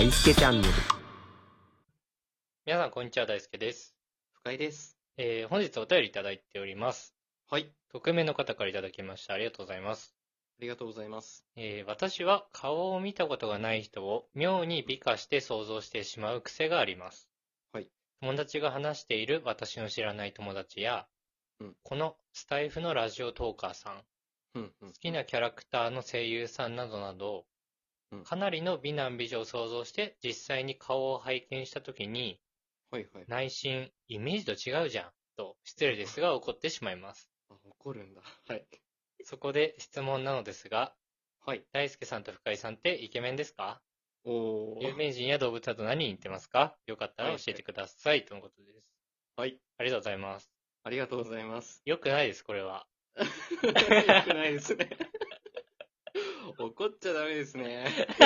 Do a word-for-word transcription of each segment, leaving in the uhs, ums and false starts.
大輔チャンネル。 皆さん、こんにちは。大輔です。 深井です。 えー、本日お便りいただいております。 はい。 匿名の方からいただきました。ありがとうございます。 ありがとうございます。 えー、私は顔を見たことがない人を妙に美化して想像してしまう癖があります。 はい。 友達が話している私の知らない友達や、 うん、 このスタイフのラジオトーカーさん、 うんうん、 好きなキャラクターの声優さんなどなど、 うん、 かなりの美男美女を想像して実際に顔を拝見したときに、 はいはい。 内心、イメージと違うじゃん、と失礼ですが怒ってしまいます。 あ、怒るんだ。はい。 そこで質問なのですが、 はい。 大輔さんと深井さんってイケメンですか？ おー。 有名人や動物だと何に似てますか？よかったら教えてください。はいはい、とのことです。 はい。 ありがとうございます。 ありがとうございます。 よくないです、これは。 よくないですね。怒っちゃダメですね。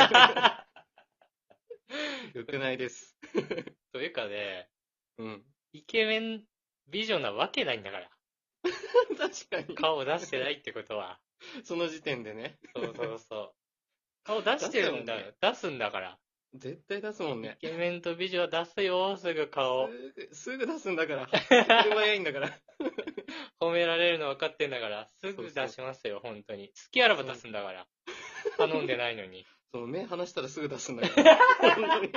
よくないです。 というかね、 うん。 イケメン、美女なわけないんだから。 確かに。 顔出してないってことは。 その時点でね。 そうそうそう。顔出してるんだよ。出すんだから。 絶対出すもんね。 イケメンと美女は出すよ、すぐ顔。 すぐ、すぐ出すんだから。早いんだから。 褒められるの分かってんだから、すぐ出しますよ、本当に。好きあらば出すんだから。頼んでないのに。 その目離したらすぐ出すんだから。本当に。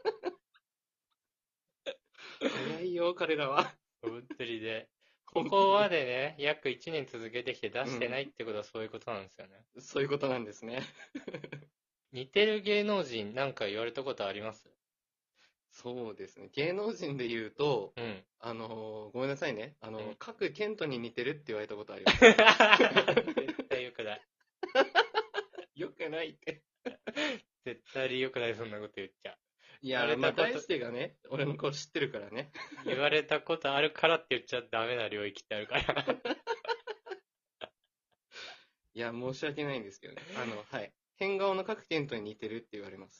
早いよ、彼らは。 ぶっつりで。ここまでね、約いちねん続けてきて出してないってことはそういうことなんですよね。 うん、そういうことなんですね。 似てる芸能人なんか言われたことあります？ そうですね。芸能人で言うと、 うん。 あのー、ごめんなさいね。あのー、 うん、 各ケントに似てるって言われたことあります。 絶対良くない。 よくないって。 絶対良くない、そんなこと言っちゃ。 いや、まあ、大輔がね、俺のこと知ってるからね。 言われたことあるからって言っちゃダメな領域ってあるから。 いや、申し訳ないんですけどね。あの、はい。変顔の各ケントに似てるって言われます。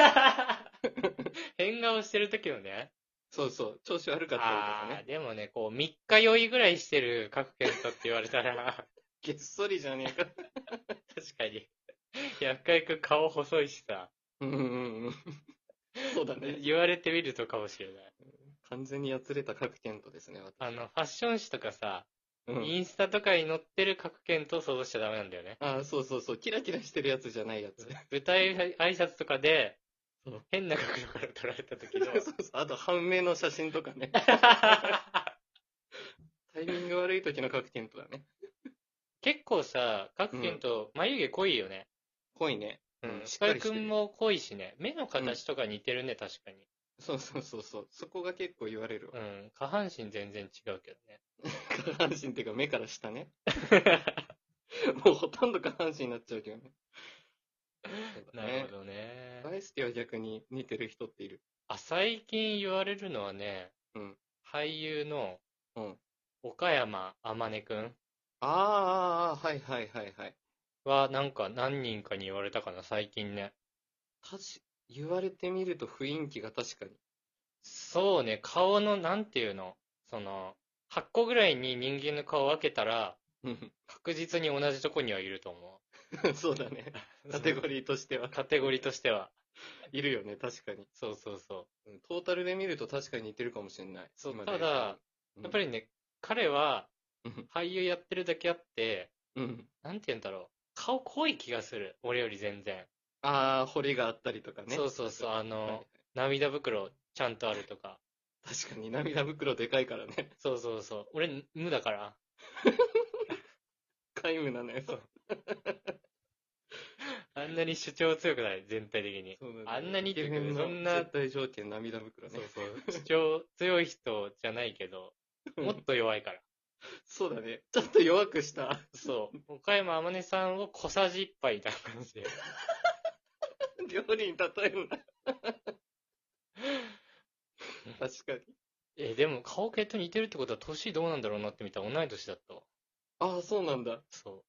変顔してる時のね。 そうそう、調子悪かったりとかね。 あー、でもね、こう、みっか酔いぐらいしてる各ケントって言われたら、 げっそりじゃねえか。 確かに。いや、深井くん顔細いしさ。 うんうんうん。そうだね。 言われてみるとかもしれない。 完全にやつれた各ケントですね、私。 あの、ファッション誌とかさ、 うん、 インスタとかに載ってる各ケントを想像しちゃダメなんだよね。 ああ、そうそうそう。キラキラしてるやつじゃないやつ。 舞台挨拶とかでそう、 変な角度から撮られた時の。 そうそう。あと、半目の写真とかね。タイミング悪い時の各ケントだね。 結構さ、各ケント、眉毛濃いよね。 濃いね。 うん。 しっか深井りしてる。 くんも濃いしね。目の形とか似てるね、確かに。 そうそうそうそう。そこが結構言われるわ。 うん。下半身全然違うけどね。 下半身っていうか目から下ね。もうほとんど下半身になっちゃうけどね。そうだね。 なるほどね。 大輔は逆に似てる人っている。 あ、最近言われるのはね、 うん。 俳優のうん。 岡山天音くんああ、ああ、はいはいはいはい。 はなんか何人かに言われたかな、最近ね。 たし、言われてみると雰囲気が確かに。 そうね、顔の、なんていうの、その、はっこぐらいに人間の顔を分けたら、 うん確実に同じとこにはいると思そうだね。 う。 カテゴリーとしては。 カテゴリーとしては。 いるよね、確かに。 そうそうそう。 うんトータルで見ると確かに似てるかもしれない。 そう今で言うとただ、 うんやっぱりね、彼はうん俳優やってるだけあって、 うん。 なんて言うんだろう。顔濃い気がする。俺より全然。 ああ、彫りがあったりとかね。 そうそうそう。あの、 はいはい涙袋ちゃんとあるとか。 確かに涙袋でかいからね。 そうそうそう。俺、無だから。 皆無なのよ。 そうあんなに主張強くない、全体的に。 そうだねあんなにってイケメンのそんな、 絶対条件涙袋ね。 そうそう。主張強い人じゃないけど、もっと弱いから。 そうだね。ちょっと弱くした。 そう。岡山天音さんを小さじ一杯みたいな感じで。 料理に例えるな。確かに。 え、でも顔系と似てるってことは年どうなんだろうなって見たら同い年だったわ。 ああ、そうなんだ。 そう。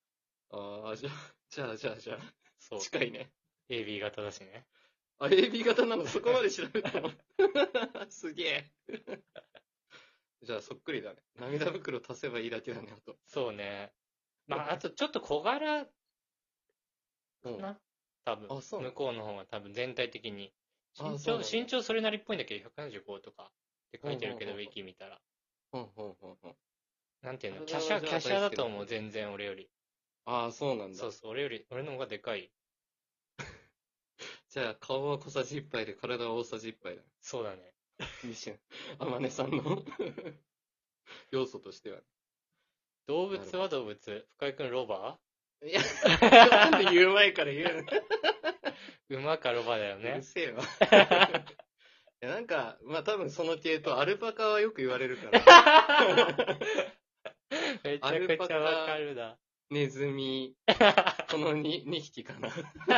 ああ、じゃあ、じゃあ、じゃあ、じゃあ。 そう。 近いね。 エービー 型だしね。 あ、エービー 型なのそこまで調べたのすげえ。じゃあ、そっくりだね。涙袋足せばいいだけだね、あと。 そうね。まあ、あとちょっと小柄かうん。 な多分。 あそうなの向こうの方が多分全体的に。 身長、 あそうなんだ身長それなりっぽいんだけど、ひゃくななじゅうごとかって書いてるけど、ウほうほうほうほうィキ見たら。 ほんほんほんほん。 なんていうの、華体は奢、 じゃあ華奢だと思う、 大好きだけど全然俺より。 ああ、そうなんだ。 そうそう、俺より、俺の方がでかい。 じゃあ、顔は小さじいっぱいで、体は大さじいっぱいだ。 そうだね。 ミシェン、あまねさんの要素としては。 動物は動物。深井くんロバいや、なんで言う前から言うの馬かロバだようねる。せえわ。いやなんか、まあ多分その系統、アルパカはよく言われるから。 めちゃくちゃわかるな。 ネズミ、この 2, 2匹かな。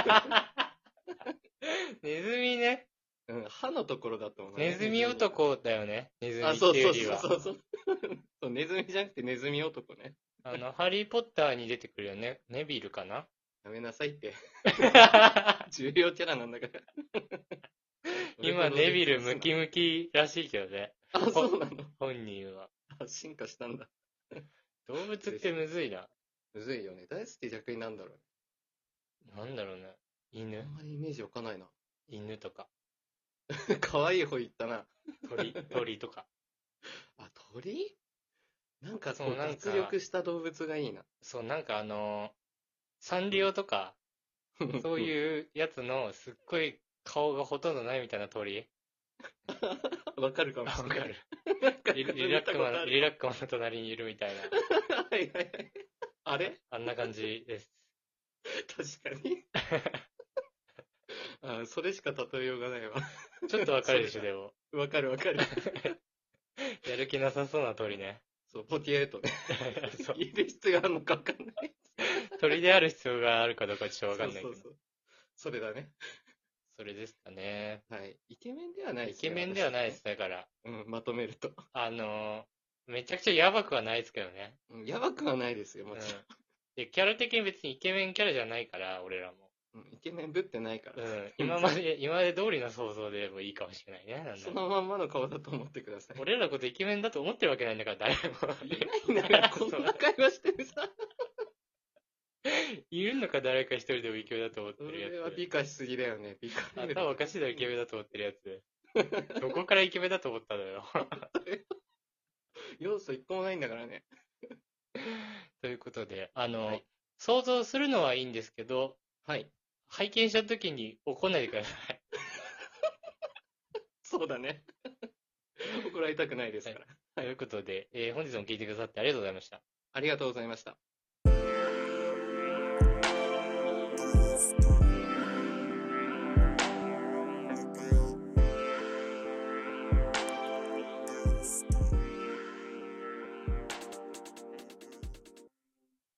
ネズミね。 うん、歯のところだと思う、ね。 ネズミ男だよね。ネズミあ、 ってそうそういうよりは。 そうそうそうそう。ネズミじゃなくてネズミ男ね。 あの、ハリーポッターに出てくるよね。ネビルかなやめなさいって。重要キャラなんだから。 今、ネビルムキムキらしいけどね。 あ、そうなの。 本人は。 あ進化したんだ。 動物ってむずいな。 むずいよね。大好き逆になんだろう。 なんだろうね。 あ犬んまりイメージ湧かないな。 犬とか。 可愛い方言ったな。 鳥、鳥とか。 あ、鳥なんかこう、 そうなんか脱力した動物がいいな。 そう、なんかあのーサンリオとか、そうう。 いうやつのすっごい顔がほとんどないみたいな鳥。 わかるかもわしれない。 かる。 なんかリリラックマン、 見たことあるリラックマンの隣にいるみたいな。 はいはいはい。あれあんな感じです。 確かに。あ、それしか例えようがないわ。 ちょっとわかるでしょ、 それでも。 わかるわかる。 やる気なさそうな鳥ね。 そう、ポティエートね。 そういる必要あるのかわかんない。 鳥である必要があるかどうかちょっとわかんないけど。 そうそうそう。それだね。 それですかね。 はい。イケメンではないイですね。 ケメンではないです、だから。 私ね。うん、まとめると。 あのー、めちゃくちゃやばくはないですけどね。 うん、やばくはないですよ、 うんもちろん。。 で、キャラ的に別にイケメンキャラじゃないから、俺らも。 うん、イケメンぶってないから。 うん。今まで、今まで通りの想像でもいいかもしれないね。なんだそのまんまの顔だと思ってください。 俺らのことイケメンだと思ってるわけないんだから、誰も。 いないならこんな会話してるさ。 いるのか誰か一人でもイケメンだと思ってそるやれはつ。 美化しすぎだよね。美化レベル頭おかしいだろ、イケメンだと思ってるやつ。どこからイケメンだと思ったのよ。 要素一個もないんだからね。 ということで、あの、 はい想像するのはいいんですけど、 はい。 拝見した時に怒んないでください。 そうだね。怒られたくないですから。 ということで、えー本日も聞いてくださってありがとうございました。 ありがとうございました。